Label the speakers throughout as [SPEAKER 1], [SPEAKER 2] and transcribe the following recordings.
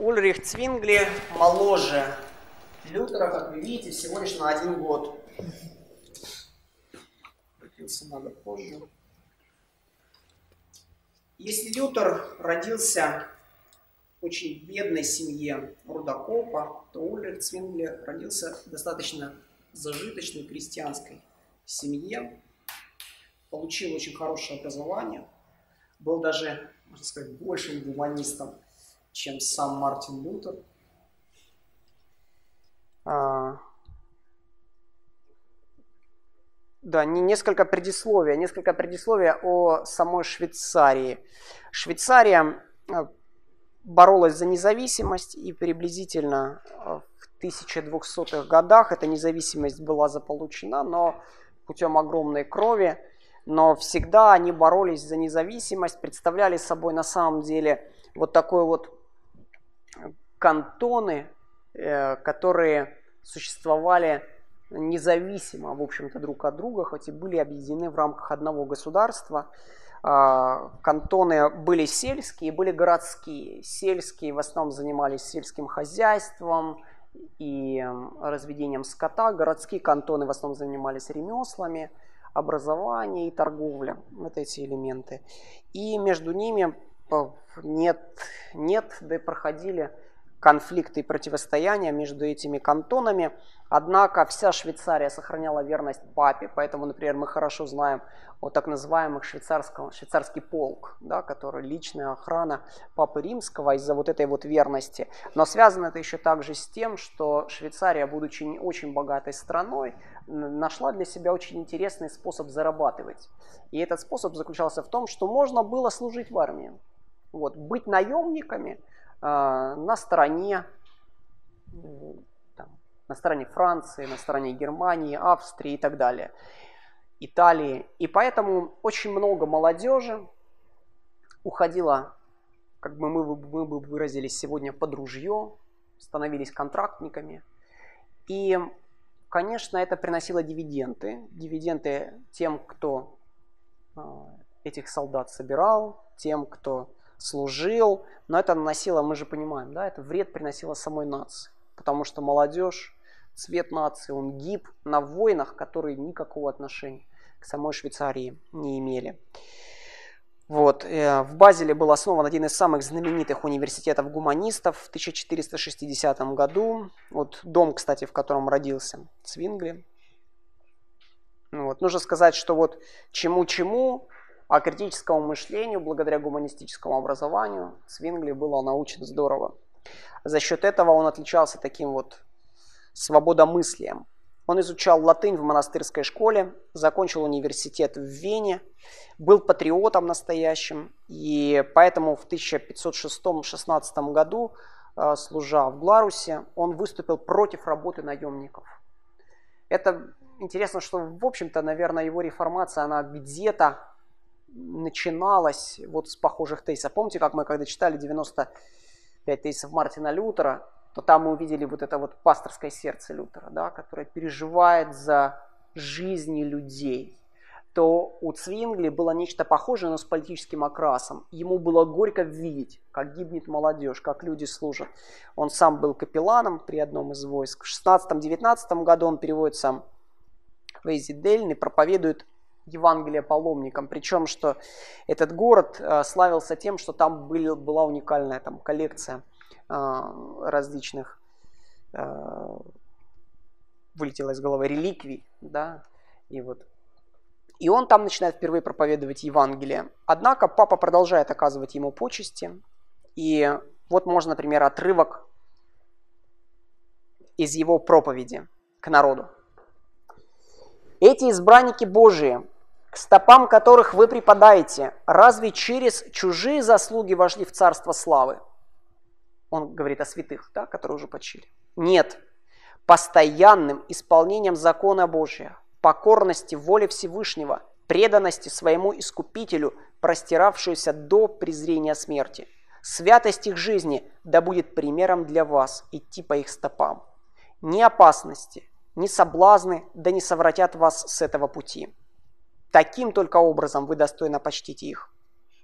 [SPEAKER 1] Ульрих Цвингли моложе Лютера, как вы видите, всего лишь на 1 год. Родился надо позже. Если Лютер родился в очень бедной семье рудокопа, то Ульрих Цвингли родился в достаточно зажиточной крестьянской семье, получил очень хорошее образование, был даже, можно сказать, большим гуманистом, чем сам Мартин Лютер. Да, несколько предисловия о самой Швейцарии. Швейцария боролась за независимость, и приблизительно в 1200-х годах эта независимость была заполучена, но путем огромной крови. Но всегда они боролись за независимость, представляли собой на самом деле вот такой вот кантоны, которые существовали независимо, в общем-то, друг от друга, хоть и были объединены в рамках одного государства. Кантоны были сельские и были городские. Сельские в основном занимались сельским хозяйством и разведением скота. Городские кантоны в основном занимались ремеслами, образованием и торговлей. Вот эти элементы. И между ними да и проходили конфликты и противостояния между этими кантонами. Однако вся Швейцария сохраняла верность папе, поэтому, например, мы хорошо знаем о так называемых швейцарский полк, да, который личная охрана Папы Римского из-за вот этой вот верности. Но связано это еще также с тем, что Швейцария, будучи очень богатой страной, нашла для себя очень интересный способ зарабатывать. И этот способ заключался в том, что можно было служить в армии. Вот, быть наемниками на стороне Франции, на стороне Германии, Австрии и так далее, Италии. И поэтому очень много молодежи уходила, как бы мы бы выразились сегодня, под ружье, становились контрактниками. И, конечно, это приносило дивиденды. Дивиденды тем, кто этих солдат собирал, тем, кто служил, но это наносило, мы же понимаем, да, это вред приносило самой нации, потому что молодежь, цвет нации, он гиб на войнах, которые никакого отношения к самой Швейцарии не имели. Вот. В Базеле был основан один из самых знаменитых университетов гуманистов в 1460 году. Вот дом, кстати, в котором родился Цвингли. Вот. Нужно сказать, что вот чему-чему, а критическому мышлению, благодаря гуманистическому образованию, Цвингли было научен здорово. За счет этого он отличался таким вот свободомыслием. Он изучал латынь в монастырской школе, закончил университет в Вене, был патриотом настоящим, и поэтому в 1506-16 году, служа в Гларусе, он выступил против работы наемников. Это интересно, что, в общем-то, наверное, его реформация, она где-то начиналась вот с похожих тезисов. Помните, как мы когда читали 95 тезисов Мартина Лютера, то там мы увидели вот это вот пасторское сердце Лютера, да, которое переживает за жизни людей. То у Цвингли было нечто похожее, но с политическим окрасом. Ему было горько видеть, как гибнет молодежь, как люди служат. Он сам был капелланом при одном из войск. В 16-19 году он переводится в Эйзидельн и проповедует Евангелие паломникам. Причем, что этот город славился тем, что там была уникальная там коллекция различных, вылетело из головы, реликвий, да, и он там начинает впервые проповедовать Евангелие. Однако папа продолжает оказывать ему почести, и вот можно, например, отрывок из его проповеди к народу. «Эти избранники Божии, к стопам которых вы припадаете, разве через чужие заслуги вошли в царство славы?» Он говорит о святых, да, которые уже почили. Нет, постоянным исполнением закона Божия, покорности воле Всевышнего, преданности своему Искупителю, простиравшуюся до презрения смерти. Святость их жизни да будет примером для вас идти по их стопам. Ни опасности, ни соблазны да не совратят вас с этого пути. Таким только образом вы достойно почтите их.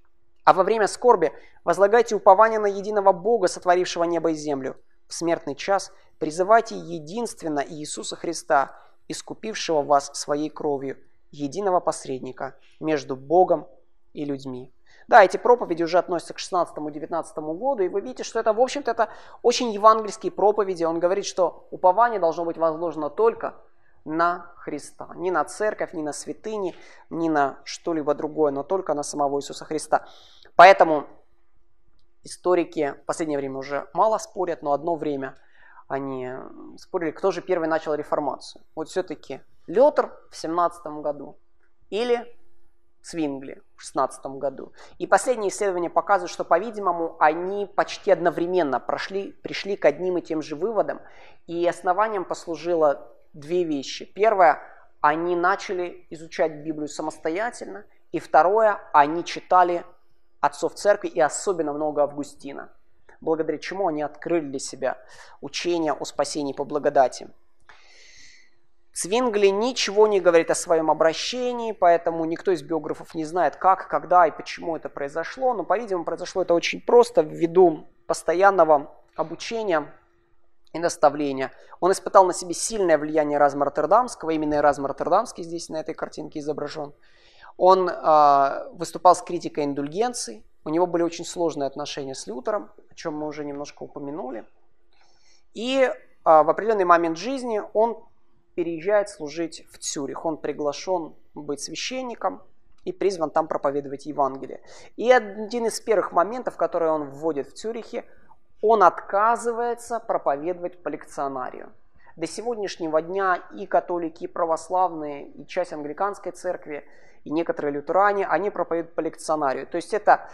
[SPEAKER 1] А во время скорби возлагайте упование на единого Бога, сотворившего небо и землю. В смертный час призывайте единственно Иисуса Христа, искупившего вас своей кровью, единого посредника между Богом и людьми. Да, эти проповеди уже относятся к 16-19 году, и вы видите, что это, в общем-то, это очень евангельские проповеди. Он говорит, что упование должно быть возложено только на Христа. Не на церковь, не на святыни, не на что-либо другое, но только на самого Иисуса Христа. Поэтому историки в последнее время уже мало спорят, но одно время они спорили, кто же первый начал реформацию. Вот все-таки Лютер в 17 году или Цвингли в 16 году. И последние исследования показывают, что, по-видимому, они почти одновременно пришли к одним и тем же выводам. И основанием послужило две вещи. Первое, они начали изучать Библию самостоятельно. И второе, они читали отцов церкви и особенно много Августина, благодаря чему они открыли для себя учение о спасении по благодати. Цвингли ничего не говорит о своем обращении, поэтому никто из биографов не знает, как, когда и почему это произошло. Но, по-видимому, произошло это очень просто ввиду постоянного обучения и наставления. Он испытал на себе сильное влияние Эразма Роттердамского, именно Эразм Роттердамский здесь на этой картинке изображен. Он выступал с критикой индульгенций, у него были очень сложные отношения с Лютером, о чем мы уже немножко упомянули. И в определенный момент жизни он переезжает служить в Цюрих. Он приглашен быть священником и призван там проповедовать Евангелие. И один из первых моментов, которые он вводит в Цюрихе, он отказывается проповедовать по лекционарию. До сегодняшнего дня и католики, и православные, и часть англиканской церкви, и некоторые лютеране, они проповедуют по лекционарию. То есть это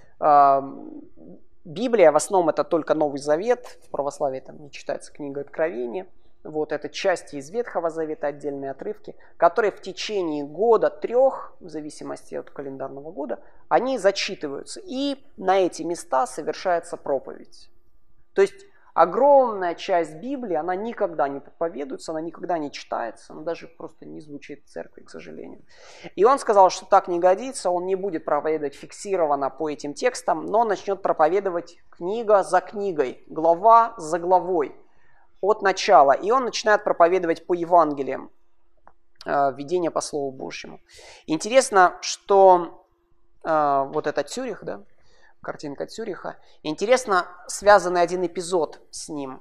[SPEAKER 1] Библия, в основном это только Новый Завет, в православии там не читается книга Откровения. Вот это части из Ветхого Завета, отдельные отрывки, которые в течение года, 3, в зависимости от календарного года, они зачитываются. И на эти места совершается проповедь. То есть огромная часть Библии, она никогда не проповедуется, она никогда не читается, она даже просто не звучит в церкви, к сожалению. И он сказал, что так не годится, он не будет проповедовать фиксированно по этим текстам, но начнет проповедовать книга за книгой, глава за главой. От начала. И он начинает проповедовать по Евангелиям, введение по Слову Божьему. Интересно, что вот это Цюрих, да, картинка Цюриха, интересно связанный один эпизод с ним.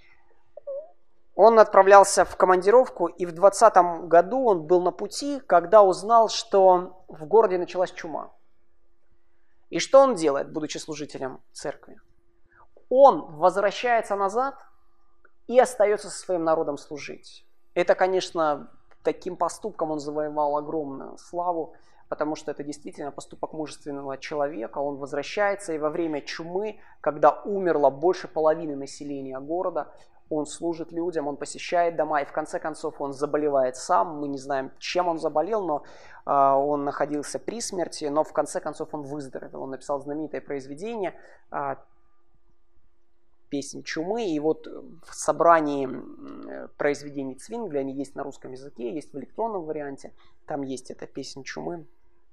[SPEAKER 1] Он отправлялся в командировку, и в 20 году он был на пути, когда узнал, что в городе началась чума. И что он делает, будучи служителем церкви? Он возвращается назад и остается со своим народом служить. Это, конечно, таким поступком он завоевал огромную славу, потому что это действительно поступок мужественного человека. Он возвращается, и во время чумы, когда умерло больше половины населения города, он служит людям, он посещает дома, и в конце концов он заболевает сам. Мы не знаем, чем он заболел, но он находился при смерти, но в конце концов он выздоровел. Он написал знаменитое произведение «Песнь чумы», и вот в собрании произведений Цвингли, они есть на русском языке, есть в электронном варианте, там есть эта «Песнь чумы».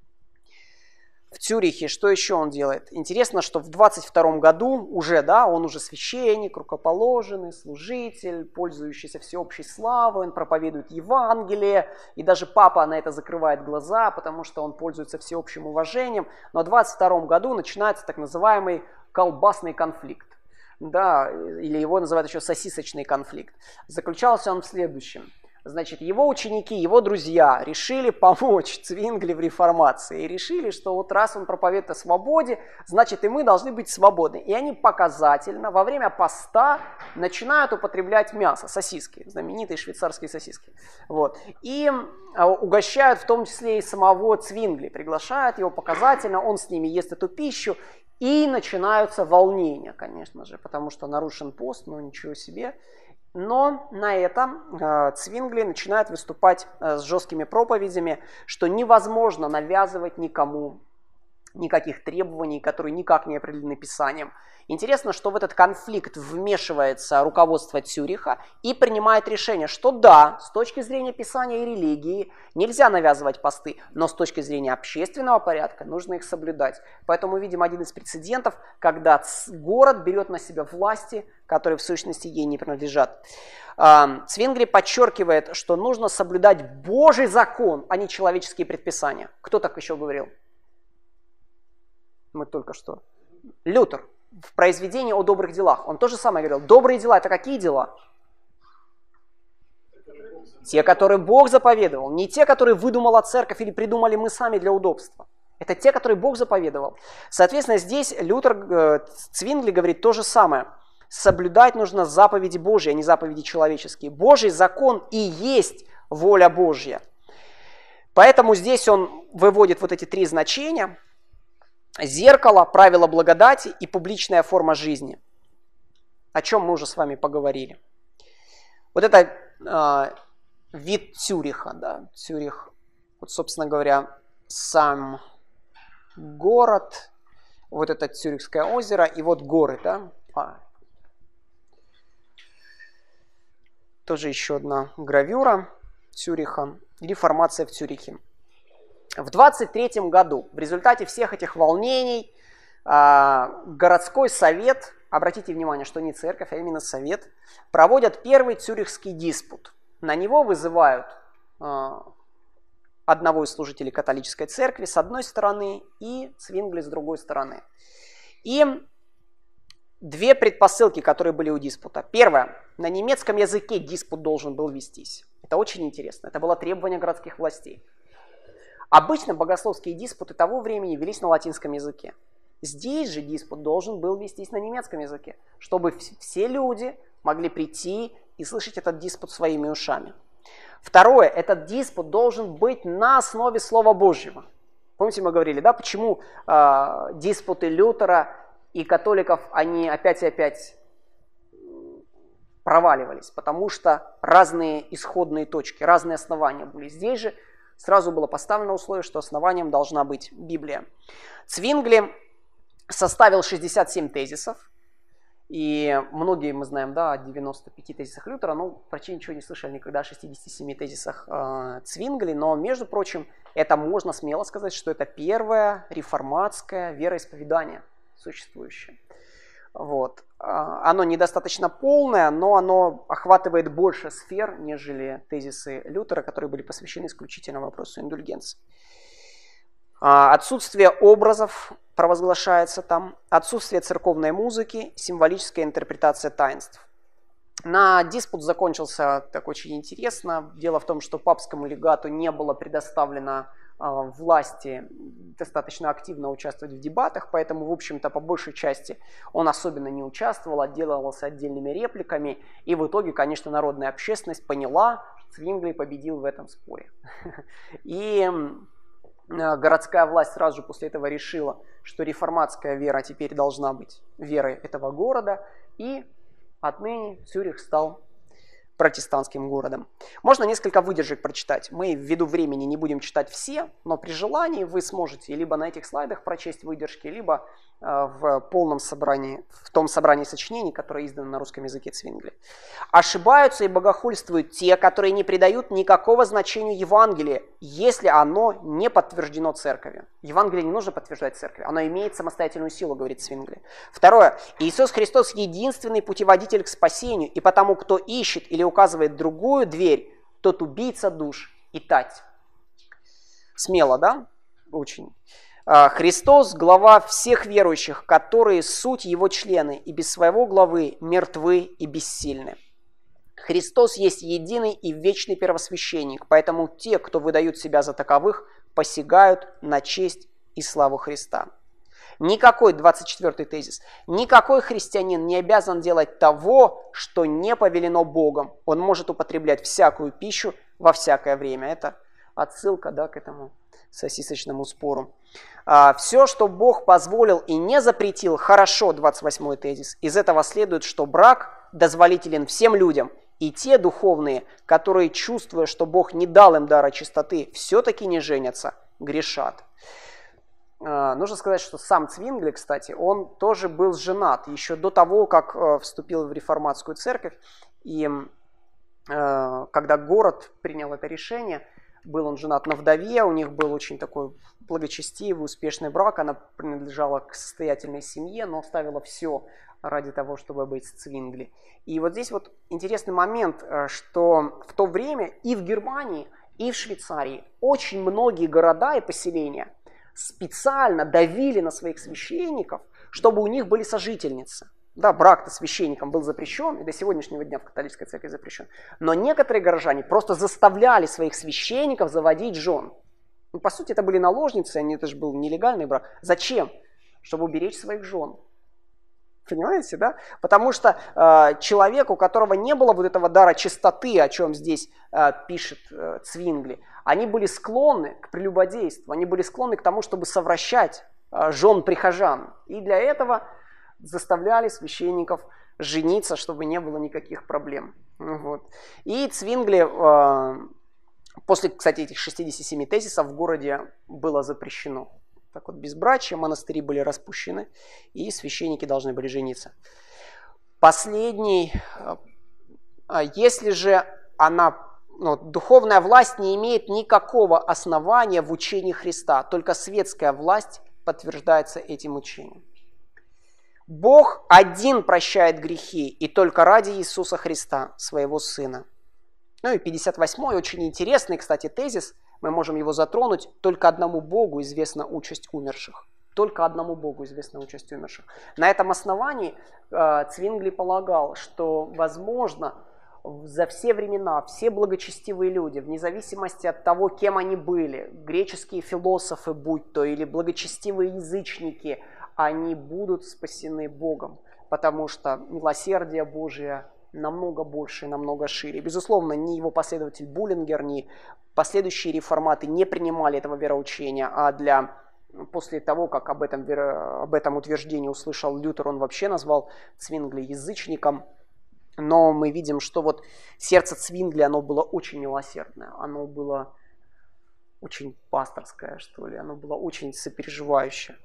[SPEAKER 1] В Цюрихе что еще он делает? Интересно, что в 22 году уже, да, он уже священник, рукоположенный, служитель, пользующийся всеобщей славой, он проповедует Евангелие, и даже папа на это закрывает глаза, потому что он пользуется всеобщим уважением. Но в 22 году начинается так называемый колбасный конфликт. Да, или его называют еще сосисочный конфликт. Заключался он в следующем. Значит, его ученики, его друзья решили помочь Цвингли в реформации. И решили, что вот раз он проповедует о свободе, значит и мы должны быть свободны. И они показательно во время поста начинают употреблять мясо, сосиски, знаменитые швейцарские сосиски. Вот. И угощают в том числе и самого Цвингли. Приглашают его показательно, он с ними ест эту пищу. И начинаются волнения, конечно же, потому что нарушен пост, но ничего себе. Но на этом Цвингли начинает выступать с жесткими проповедями, что невозможно навязывать никому никаких требований, которые никак не определены Писанием. Интересно, что в этот конфликт вмешивается руководство Цюриха и принимает решение, что да, с точки зрения Писания и религии нельзя навязывать посты, но с точки зрения общественного порядка нужно их соблюдать. Поэтому мы видим один из прецедентов, когда город берет на себя власти, которые в сущности ей не принадлежат. Цвингли подчеркивает, что нужно соблюдать Божий закон, а не человеческие предписания. Кто так еще говорил? Мы только что. Лютер. В произведении о добрых делах. Он то же самое говорил. Добрые дела – это какие дела? Те, которые Бог заповедовал. Не те, которые выдумала церковь или придумали мы сами для удобства. Это те, которые Бог заповедовал. Соответственно, здесь Цвингли говорит то же самое. Соблюдать нужно заповеди Божьи, а не заповеди человеческие. Божий закон и есть воля Божья. Поэтому здесь он выводит вот эти три значения. Зеркало, правила благодати и публичная форма жизни. О чем мы уже с вами поговорили. Вот это вид Цюриха. Да? Цюрих, вот, собственно говоря, сам город. Вот это Цюрихское озеро и вот горы. Да? Тоже еще одна гравюра Цюриха. Реформация в Цюрихе. В 23 году в результате всех этих волнений городской совет, обратите внимание, что не церковь, а именно совет, проводят первый цюрихский диспут. На него вызывают одного из служителей католической церкви с одной стороны и Цвингли с другой стороны. И две предпосылки, которые были у диспута. Первое. На немецком языке диспут должен был вестись. Это очень интересно. Это было требование городских властей. Обычно богословские диспуты того времени велись на латинском языке. Здесь же диспут должен был вестись на немецком языке, чтобы все люди могли прийти и слышать этот диспут своими ушами. Второе. Этот диспут должен быть на основе Слова Божьего. Помните, мы говорили, да, почему диспуты Лютера и католиков, они опять и опять проваливались? Потому что разные исходные точки, разные основания были. Здесь же сразу было поставлено условие, что основанием должна быть Библия. Цвингли составил 67 тезисов. И многие мы знаем, да, о 95 тезисах Лютера, но врачи ничего не слышали никогда о 67 тезисах Цвингли. Но, между прочим, это можно смело сказать, что это первое реформатское вероисповедание существующее. Вот. Оно недостаточно полное, но оно охватывает больше сфер, нежели тезисы Лютера, которые были посвящены исключительно вопросу индульгенции. Отсутствие образов провозглашается там, отсутствие церковной музыки, символическая интерпретация таинств. На диспут закончился так очень интересно. Дело в том, что папскому легату не было предоставлено власти достаточно активно участвовать в дебатах, поэтому, в общем-то, по большей части он особенно не участвовал, отделывался отдельными репликами, и в итоге, конечно, народная общественность поняла, что Цвингли победил в этом споре. И городская власть сразу же после этого решила, что реформатская вера теперь должна быть верой этого города, и отныне Цюрих стал протестантским городом. Можно несколько выдержек прочитать. Мы ввиду времени не будем читать все, но при желании вы сможете либо на этих слайдах прочесть выдержки, либо в полном собрании, в том собрании сочинений, которое издано на русском языке Цвингли. Ошибаются и богохульствуют те, которые не придают никакого значению Евангелия, если оно не подтверждено церковью. Евангелие не нужно подтверждать церкви, оно имеет самостоятельную силу, говорит Цвингли. Второе. Иисус Христос единственный путеводитель к спасению, и потому, кто ищет или указывает другую дверь, тот убийца душ и тать. Смело, да? Очень. Христос – глава всех верующих, которые суть его члены, и без своего главы мертвы и бессильны. Христос есть единый и вечный первосвященник, поэтому те, кто выдают себя за таковых, посягают на честь и славу Христа. Никакой, 24-й тезис, никакой христианин не обязан делать того, что не повелено Богом. Он может употреблять всякую пищу во всякое время. Это отсылка, да, к этому сосисочному спору. Все, что Бог позволил и не запретил, хорошо, 28-й тезис. Из этого следует, что брак дозволителен всем людям, и те духовные, которые, чувствуя, что Бог не дал им дара чистоты, все-таки не женятся, грешат. нужно сказать, что сам Цвингли, кстати, он тоже был женат еще до того, как вступил в реформатскую церковь. И когда город принял это решение, был он женат на вдове, у них был очень такой благочестивый, успешный брак, она принадлежала к состоятельной семье, но оставила все ради того, чтобы быть с Цвингли. И вот здесь вот интересный момент, что в то время и в Германии, и в Швейцарии очень многие города и поселения специально давили на своих священников, чтобы у них были сожительницы. Да, брак-то священником был запрещен, и до сегодняшнего дня в католической церкви запрещен. Но некоторые горожане просто заставляли своих священников заводить жен. Ну, по сути, это были наложницы, это же был нелегальный брак. Зачем? Чтобы уберечь своих жен. Понимаете, да? Потому что человек, у которого не было вот этого дара чистоты, о чем здесь пишет Цвингли, они были склонны к прелюбодейству, они были склонны к тому, чтобы совращать жен прихожан. И для этого заставляли священников жениться, чтобы не было никаких проблем. Вот. И Цвингли, после, кстати, этих 67 тезисов в городе было запрещено. Так вот, безбрачие, монастыри были распущены, и священники должны были жениться. Последний, если же духовная власть не имеет никакого основания в учении Христа, только светская власть подтверждается этим учением. Бог один прощает грехи, и только ради Иисуса Христа, своего Сына. Ну и 58-й, очень интересный, кстати, тезис, мы можем его затронуть. Только одному Богу известна участь умерших. Только одному Богу известна участь умерших. На этом основании Цвингли полагал, что, возможно, за все времена все благочестивые люди, вне зависимости от того, кем они были, греческие философы будь то, или благочестивые язычники, они будут спасены Богом, потому что милосердие Божие намного больше и намного шире. Безусловно, ни его последователь Буллингер, ни последующие реформаты не принимали этого вероучения, а после того, как об этом утверждении услышал Лютер, он вообще назвал Цвингли язычником. Но мы видим, что вот сердце Цвингли, оно было очень милосердное, оно было очень пасторское, что ли, оно было очень сопереживающее.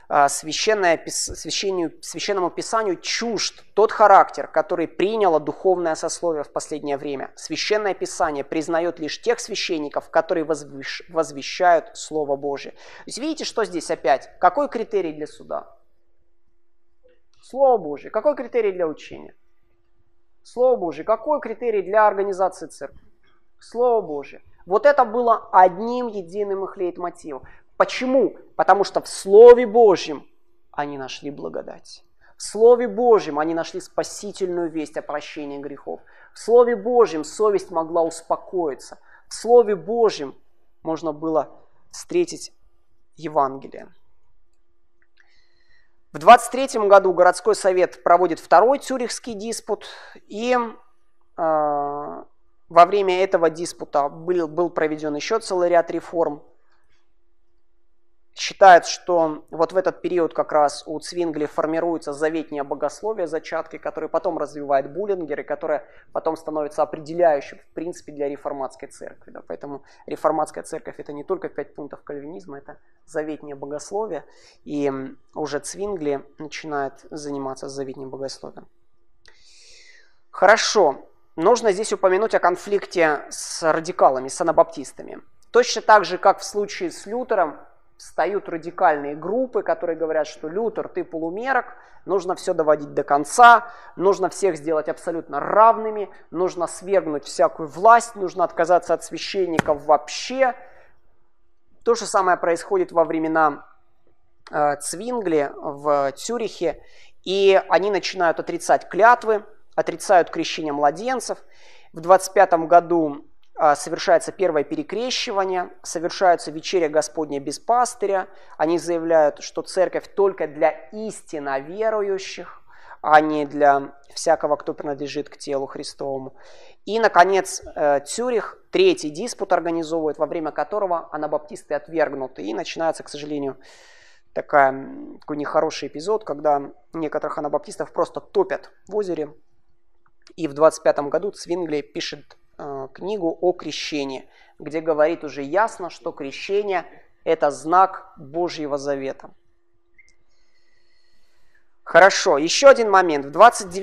[SPEAKER 1] Священному Писанию чужд тот характер, который приняло духовное сословие в последнее время. Священное Писание признает лишь тех священников, которые возвещают Слово Божие. То есть видите, что здесь опять? Какой критерий для суда? Слово Божие. Какой критерий для учения? Слово Божие. Какой критерий для организации церкви? Слово Божие. Вот это было одним единым их лейтмотивом. Почему? Потому что в Слове Божьем они нашли благодать. В Слове Божьем они нашли спасительную весть о прощении грехов. В Слове Божьем совесть могла успокоиться. В Слове Божьем можно было встретить Евангелие. В 23 году городской совет проводит второй Цюрихский диспут, и во время этого диспута был проведен еще целый ряд реформ. Считается, что вот в этот период как раз у Цвингли формируется заветнее богословие, зачатки, которые потом развивает Буллингер, и которое потом становится определяющим, в принципе, для реформатской церкви. Да. Поэтому реформатская церковь — это не только 5 пунктов кальвинизма, это заветнее богословие, и уже Цвингли начинает заниматься заветним богословием. Хорошо. Нужно здесь упомянуть о конфликте с радикалами, с анабаптистами. Точно так же, как в случае с Лютером, встают радикальные группы, которые говорят, что Лютер, ты полумерок, нужно все доводить до конца, нужно всех сделать абсолютно равными, нужно свергнуть всякую власть, нужно отказаться от священников вообще. То же самое происходит во времена Цвингли в Цюрихе, и они начинают отрицать клятвы, отрицают крещение младенцев. В 25 году совершается первое перекрещивание, совершается вечеря Господня без пастыря. Они заявляют, что церковь только для истинно верующих, а не для всякого, кто принадлежит к телу Христовому. И, наконец, Цюрих третий диспут организовывает, во время которого анабаптисты отвергнуты. И начинается, к сожалению, такой нехороший эпизод, когда некоторых анабаптистов просто топят в озере. И в 25 году Цвингли пишет книгу о крещении, где говорит уже ясно, что крещение – Это знак Божьего завета. Хорошо, еще один момент. В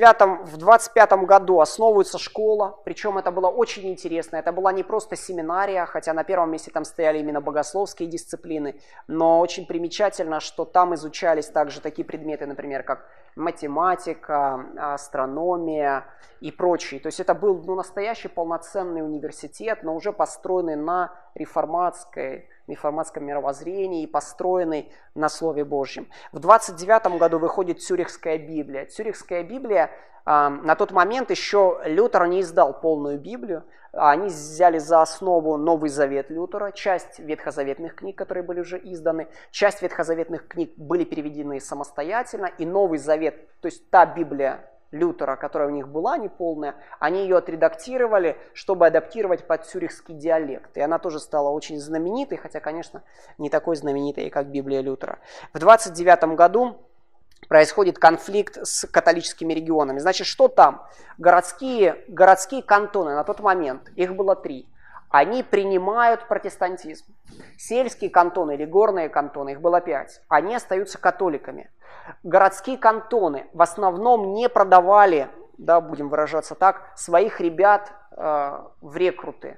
[SPEAKER 1] 25 году основывается школа, причем это было очень интересно. Это была не просто семинария, хотя на первом месте там стояли именно богословские дисциплины, но очень примечательно, что там изучались также такие предметы, например, как математика, астрономия и прочие. То есть это был настоящий полноценный университет, но уже построенный на реформатском мировоззрении и построенный на Слове Божьем. В 29 году выходит Цюрихская Библия. Цюрихская Библия, на тот момент еще Лютер не издал полную Библию. Они взяли за основу Новый Завет Лютера, часть ветхозаветных книг, которые были уже изданы, часть ветхозаветных книг были переведены самостоятельно, и Новый Завет, то есть та Библия Лютера, которая у них была неполная, они ее отредактировали, чтобы адаптировать под цюрихский диалект. И она тоже стала очень знаменитой, хотя, конечно, не такой знаменитой, как Библия Лютера. В 29 году происходит конфликт с католическими регионами. Значит, что там? Городские кантоны на тот момент, их было 3. Они принимают протестантизм. Сельские кантоны или горные кантоны, их было 5. Они остаются католиками. Городские кантоны в основном не продавали, да, будем выражаться так, своих ребят в рекруты,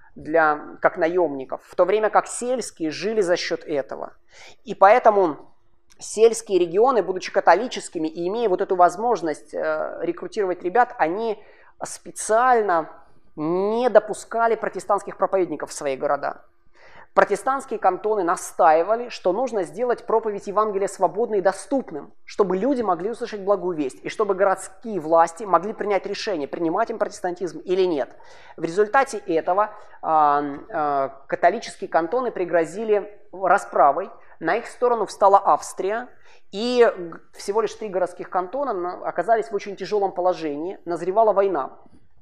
[SPEAKER 1] как наемников, в то время как сельские жили за счет этого. И поэтому сельские регионы, будучи католическими и имея вот эту возможность рекрутировать ребят, они специально не допускали протестантских проповедников в свои города. Протестантские кантоны настаивали, что нужно сделать проповедь Евангелия свободной и доступным, чтобы люди могли услышать благую весть, и чтобы городские власти могли принять решение, принимать им протестантизм или нет. В результате этого католические кантоны пригрозили расправой. На их сторону встала Австрия, и всего лишь 3 городских кантона оказались в очень тяжелом положении. Назревала война.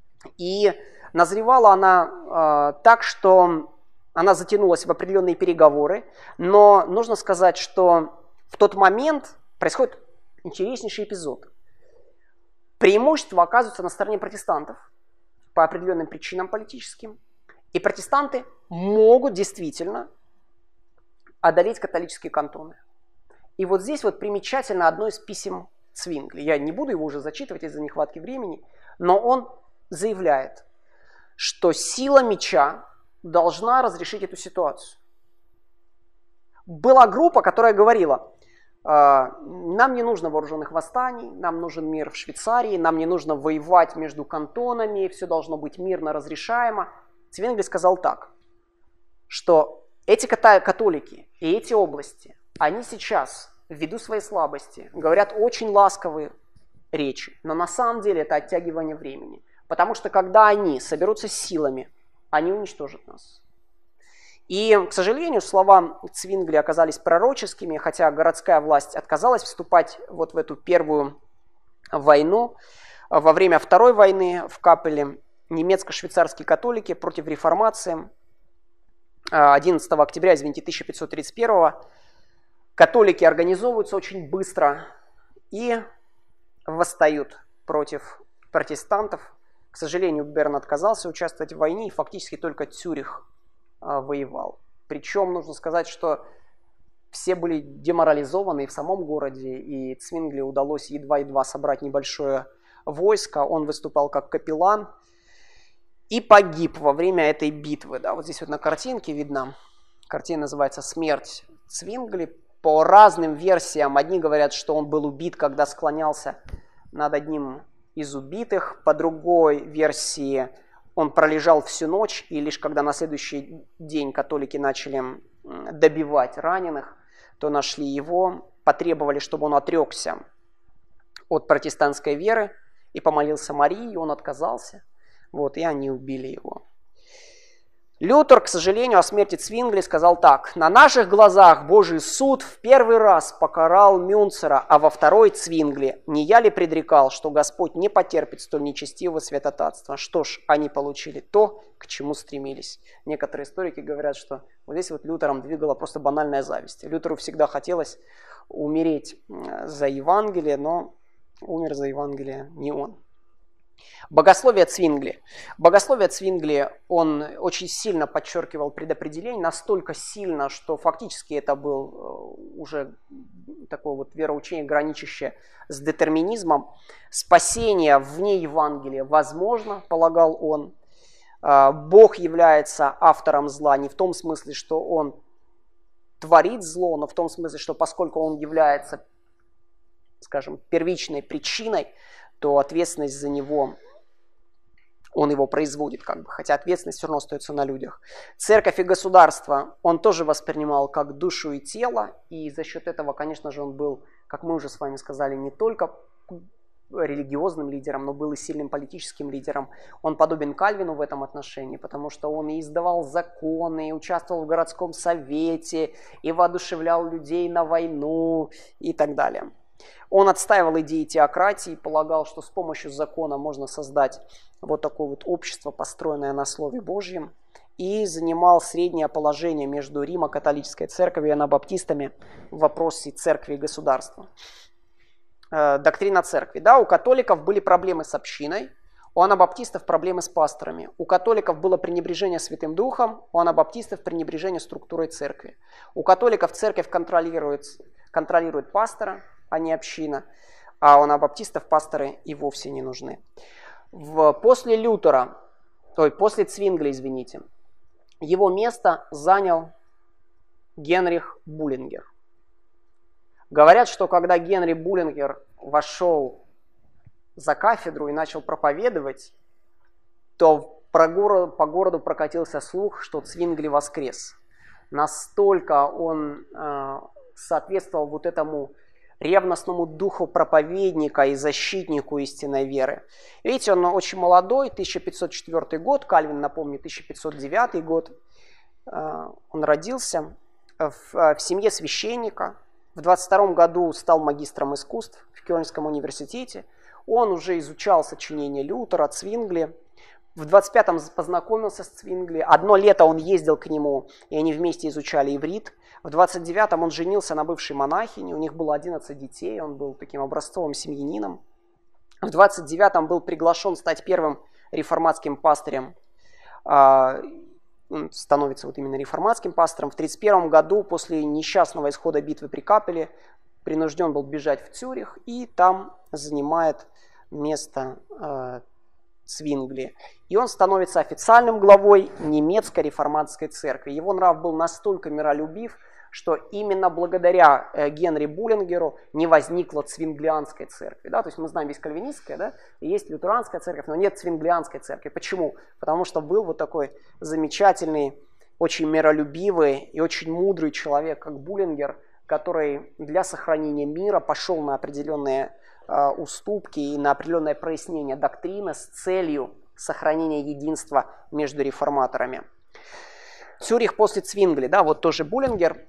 [SPEAKER 1] И назревала она так, что она затянулась в определенные переговоры, но нужно сказать, что в тот момент происходит интереснейший эпизод. Преимущество оказывается на стороне протестантов по определенным причинам политическим, и протестанты могут действительно одолеть католические кантоны. И вот здесь вот примечательно одно из писем Цвингли. Я не буду его уже зачитывать из-за нехватки времени, но он заявляет, что сила меча должна разрешить эту ситуацию. Была группа, которая говорила, нам не нужно вооруженных восстаний, нам нужен мир в Швейцарии, нам не нужно воевать между кантонами, все должно быть мирно разрешаемо. Цвингли сказал так, что эти католики и эти области, они сейчас, ввиду своей слабости, говорят очень ласковые речи, но на самом деле это оттягивание времени. Потому что когда они соберутся с силами, они уничтожат нас. И, к сожалению, слова Цвингли оказались пророческими, хотя городская власть отказалась вступать вот в эту первую войну. Во время Второй войны в Капеле немецко-швейцарские католики против реформации 11 октября 1531 католики организовываются очень быстро и восстают против протестантов. К сожалению, Берн отказался участвовать в войне, и фактически только Цюрих воевал. Причем нужно сказать, что все были деморализованы и в самом городе, и Цвингли удалось едва-едва собрать небольшое войско. Он выступал как капеллан и погиб во время этой битвы. Да, вот здесь вот на картинке видно, картина называется «Смерть Цвингли». По разным версиям, одни говорят, что он был убит, когда склонялся над одним из убитых, по другой версии он пролежал всю ночь, и лишь когда на следующий день католики начали добивать раненых, то нашли его, потребовали, чтобы он отрекся от протестантской веры и помолился Марии, и он отказался, вот, и они убили его. Лютер, к сожалению, о смерти Цвингли сказал так: «На наших глазах Божий суд в первый раз покарал Мюнцера, а во второй Цвингли. Не я ли предрекал, что Господь не потерпит столь нечестивого святотатства? Что ж, они получили то, к чему стремились». Некоторые историки говорят, что вот здесь вот Лютером двигала просто банальная зависть. Лютеру всегда хотелось умереть за Евангелие, но умер за Евангелие не он. Богословие Цвингли. Богословие Цвингли, он очень сильно подчеркивал предопределение, настолько сильно, что фактически это был уже такое вот вероучение, граничащее с детерминизмом. Спасение вне Евангелия возможно, полагал он. Бог является автором зла не в том смысле, что он творит зло, но в том смысле, что поскольку он является, скажем, первичной причиной, то ответственность за него, он его производит, как бы, хотя ответственность все равно остается на людях. Церковь и государство он тоже воспринимал как душу и тело, и за счет этого, конечно же, он был, как мы уже с вами сказали, не только религиозным лидером, но был и сильным политическим лидером. Он подобен Кальвину в этом отношении, потому что он и издавал законы, и участвовал в городском совете, и воодушевлял людей на войну и так далее. Он отстаивал идеи теократии, полагал, что с помощью закона можно создать вот такое вот общество, построенное на Слове Божьем, и занимал среднее положение между Римо-католической церковью и анабаптистами в вопросе церкви и государства. Доктрина церкви. Да, у католиков были проблемы с общиной, у анабаптистов проблемы с пасторами. У католиков было пренебрежение Святым Духом, у анабаптистов пренебрежение структурой церкви. У католиков церковь контролирует пастора, а не община, а у анабаптистов пасторы и вовсе не нужны. После Цвингли, извините, его место занял Генрих Буллингер. Говорят, что когда Генри Буллингер вошел за кафедру и начал проповедовать, то по городу прокатился слух, что Цвингли воскрес. Настолько он соответствовал вот этому ревностному духу проповедника и защитнику истинной веры. Видите, он очень молодой, 1504 год, Кальвин, напомню, 1509 год. Он родился в семье священника. В 22 году стал магистром искусств в Кёльнском университете. Он уже изучал сочинения Лютера, Цвингли. В 25-м познакомился с Цвингли. Одно лето он ездил к нему, и они вместе изучали иврит. В 29-м он женился на бывшей монахине, у них было 11 детей, он был таким образцовым семьянином. В 29-м был приглашен стать первым реформатским пастырем. Он становится вот именно реформатским пастором. В 31 году, после несчастного исхода битвы при Капеле, принужден был бежать в Цюрих и там занимает место Цвингли. И он становится официальным главой немецкой реформатской церкви. Его нрав был настолько миролюбив, что именно благодаря Генри Буллингеру не возникла цвинглианской церкви. Да? То есть мы знаем, есть кальвинистская, да? И есть лютеранская церковь, но нет цвинглианской церкви. Почему? Потому что был вот такой замечательный, очень миролюбивый и очень мудрый человек, как Буллингер, который для сохранения мира пошел на определенные уступки и на определенное прояснение доктрины с целью сохранения единства между реформаторами. Цюрих после Цвингли, да, вот тоже Буллингер,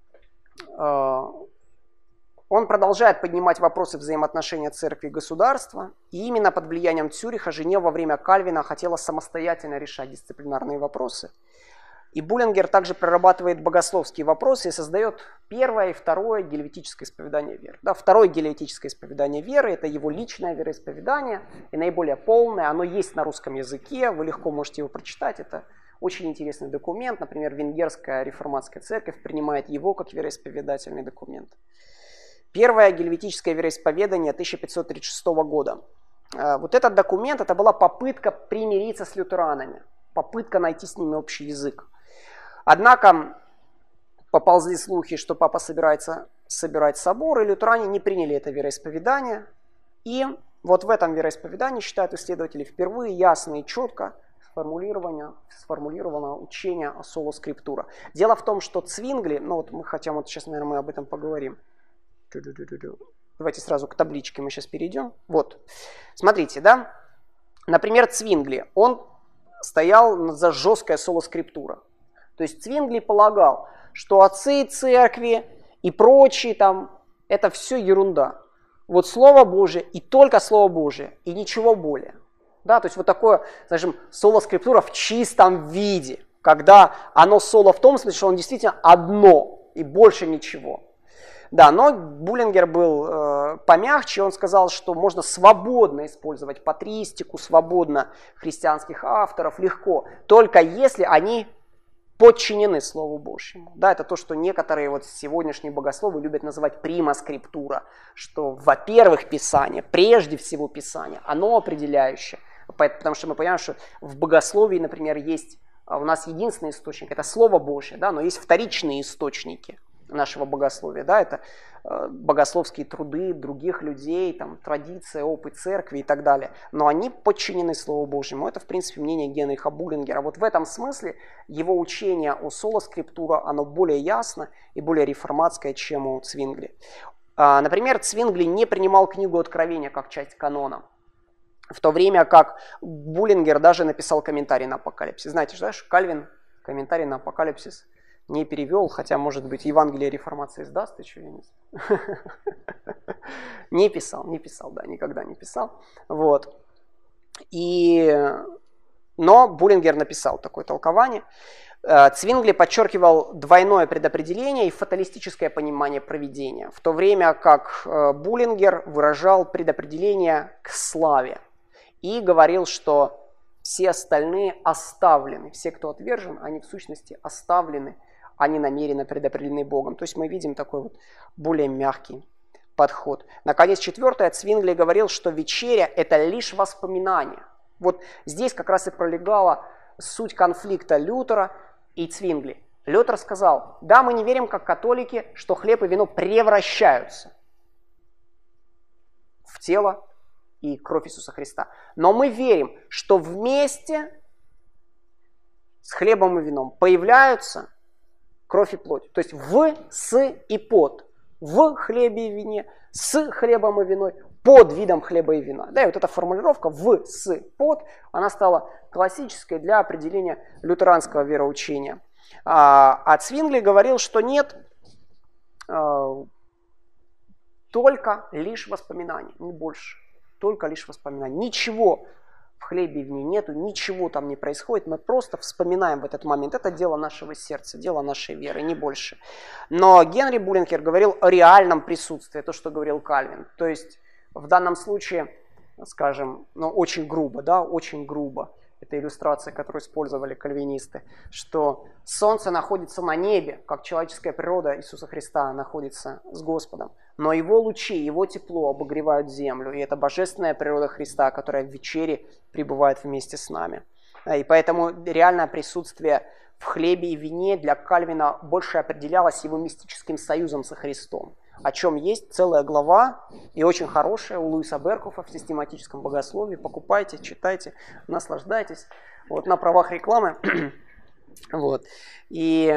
[SPEAKER 1] он продолжает поднимать вопросы взаимоотношения церкви и государства, и именно под влиянием Цюриха Женева во время Кальвина хотела самостоятельно решать дисциплинарные вопросы. И Буллингер также прорабатывает богословские вопросы и создает первое и второе гелеветическое исповедание веры. Да, второе гелеветическое исповедание веры – это его личное вероисповедание, и наиболее полное, оно есть на русском языке, вы легко можете его прочитать, это очень интересный документ, например, Венгерская реформатская церковь принимает его как вероисповедательный документ. Первое гелеветическое вероисповедание 1536 года. Вот этот документ, это была попытка примириться с лютеранами, попытка найти с ними общий язык. Однако поползли слухи, что папа собирается собирать собор, и лютеране не приняли это вероисповедание. И вот в этом вероисповедании, считают исследователи, впервые ясно и четко сформулировано учение о соло скриптура. Дело в том, что Цвингли, ну вот мы хотим, вот сейчас, наверное, мы об этом поговорим. Давайте сразу к табличке мы сейчас перейдем. Вот, смотрите, да, например, Цвингли, он стоял за жесткое соло скриптура. То есть Цвингли полагал, что отцы церкви и прочие там, это все ерунда. Вот Слово Божие и только Слово Божие, и ничего более. Да, то есть вот такое, скажем, соло скриптура в чистом виде, когда оно соло в том смысле, что оно действительно одно и больше ничего. Да, но Буллингер был помягче, он сказал, что можно свободно использовать патристику, свободно христианских авторов, легко, только если они подчинены Слову Божьему. Да, это то, что некоторые вот сегодняшние богословы любят называть прима скриптура, что, во-первых, Писание, прежде всего Писание, оно определяющее, потому что мы понимаем, что в богословии, например, есть у нас единственный источник, это Слово Божье, да, но есть вторичные источники нашего богословия, да, это богословские труды других людей, там, традиция, опыт церкви и так далее, но они подчинены Слову Божьему. Это, в принципе, мнение Генриха Буллингера. Вот в этом смысле его учение о соло скриптура, оно более ясно и более реформатское, чем у Цвингли. Например, Цвингли не принимал книгу Откровения как часть канона, в то время как Буллингер даже написал комментарий на Апокалипсис. Знаете, что Кальвин комментарий на Апокалипсис не перевел, хотя, может быть, Евангелие реформации издаст еще, я не знаю. Не писал, да, никогда не писал. Вот. Но Буллингер написал такое толкование. Цвингли подчеркивал двойное предопределение и фаталистическое понимание провидения, в то время как Буллингер выражал предопределение к славе и говорил, что все остальные оставлены, все, кто отвержен, они в сущности оставлены, они намеренно предопределены Богом. То есть мы видим такой вот более мягкий подход. Наконец, четвертое, Цвингли говорил, что вечеря – это лишь воспоминание. Вот здесь как раз и пролегала суть конфликта Лютера и Цвингли. Лютер сказал: да, мы не верим, как католики, что хлеб и вино превращаются в тело и кровь Иисуса Христа. Но мы верим, что вместе с хлебом и вином появляются кровь и плоть. То есть в, с и под. В хлебе и вине, с хлебом и виной, под видом хлеба и вина. Да, и вот эта формулировка в, с, под, она стала классической для определения лютеранского вероучения. А Цвингли говорил, что нет, только лишь воспоминания, не больше. Только лишь воспоминания. Ничего в хлебе и вине нету, ничего там не происходит, мы просто вспоминаем в этот момент. Это дело нашего сердца, дело нашей веры, не больше. Но Генри Буллингер говорил о реальном присутствии, то, что говорил Кальвин. То есть в данном случае, скажем, очень грубо, да, очень грубо. Это иллюстрация, которую использовали кальвинисты, что солнце находится на небе, как человеческая природа Иисуса Христа находится с Господом. Но его лучи, его тепло обогревают землю. И это божественная природа Христа, которая в вечере пребывает вместе с нами. И поэтому реальное присутствие в хлебе и вине для Кальвина больше определялось его мистическим союзом со Христом. О чем есть целая глава, и очень хорошая, у Луиса Беркофа в систематическом богословии. Покупайте, читайте, наслаждайтесь. Вот на правах рекламы. Вот. И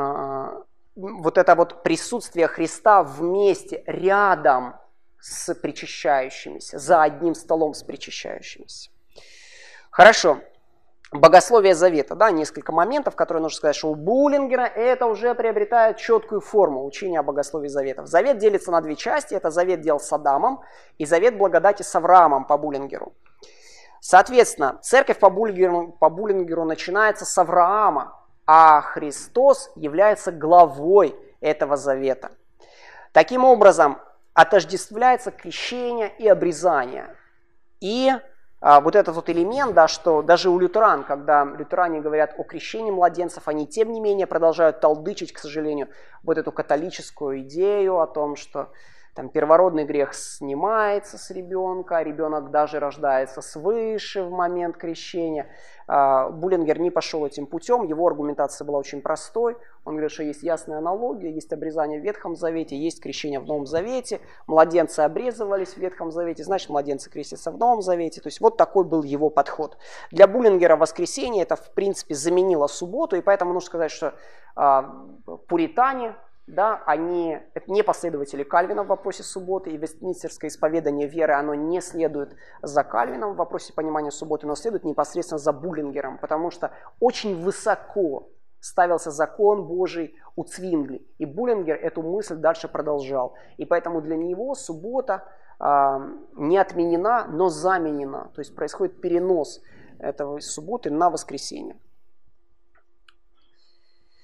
[SPEAKER 1] вот это вот присутствие Христа вместе, рядом с причащающимися, за одним столом с причащающимися. Хорошо. Богословие Завета, да, несколько моментов, которые нужно сказать, что у Буллингера это уже приобретает четкую форму учения о богословии Заветов. Завет делится на две части, это завет дел с Адамом и завет благодати с Авраамом по Буллингеру. Соответственно, церковь по Буллингеру начинается с Авраама, а Христос является главой этого завета. Таким образом, отождествляется крещение и обрезание. И вот этот вот элемент, да, что даже у лютеран, когда лютеране говорят о крещении младенцев, они тем не менее продолжают толдычить, к сожалению, вот эту католическую идею о том, что там первородный грех снимается с ребенка, а ребенок даже рождается свыше в момент крещения. Буллингер не пошел этим путем, его аргументация была очень простой. Он говорит, что есть ясная аналогия, есть обрезание в Ветхом Завете, есть крещение в Новом Завете, младенцы обрезывались в Ветхом Завете, значит младенцы крестятся в Новом Завете. То есть вот такой был его подход. Для Буллингера воскресенье это в принципе заменило субботу, и поэтому нужно сказать, что пуритане, да, они это не последователи Кальвина в вопросе субботы, и вестминстерское исповедание веры, оно не следует за Кальвином в вопросе понимания субботы, но следует непосредственно за Буллингером, потому что очень высоко ставился закон Божий у Цвингли, и Буллингер эту мысль дальше продолжал. И поэтому для него суббота не отменена, но заменена, то есть происходит перенос этого субботы на воскресенье.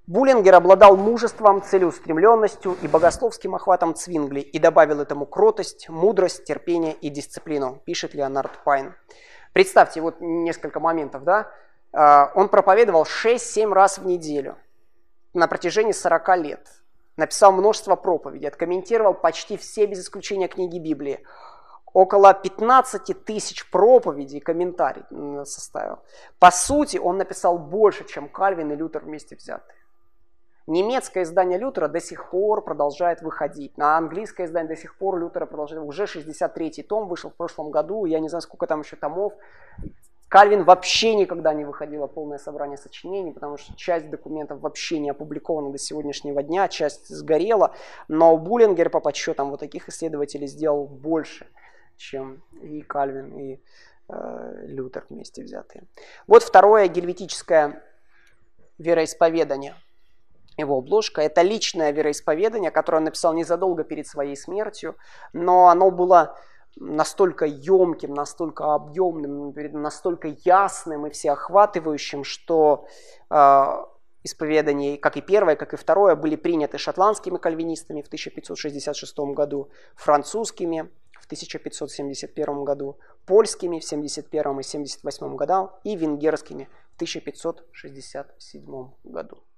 [SPEAKER 1] Буллингер обладал мужеством, целеустремленностью и богословским охватом Цвингли и добавил этому кротость, мудрость, терпение и дисциплину, пишет Леонард Пайн. Представьте, вот несколько моментов, да? Он проповедовал 6-7 раз в неделю на протяжении 40 лет. Написал множество проповедей, откомментировал почти все, без исключения, книги Библии. Около 15 тысяч проповедей и комментариев составил. По сути, он написал больше, чем Кальвин и Лютер вместе взятые. Немецкое издание Лютера до сих пор продолжает выходить. На английское издание до сих пор Лютера продолжает. Уже 63-й том вышел в прошлом году. Я не знаю, сколько там еще томов. Кальвин вообще никогда не выходило полное собрание сочинений, потому что часть документов вообще не опубликована до сегодняшнего дня, часть сгорела. Но Буллингер, по подсчетам вот таких исследователей, сделал больше, чем и Кальвин, и Лютер вместе взятые. Вот второе гельветическое вероисповедание. Его обложка. Это личное вероисповедание, которое он написал незадолго перед своей смертью, но оно было настолько емким, настолько объемным, настолько ясным и всеохватывающим, что исповедания, как и первое, как и второе, были приняты шотландскими кальвинистами в 1566 году, французскими в 1571 году, польскими в 71 и 78 годах и венгерскими в 1567 году.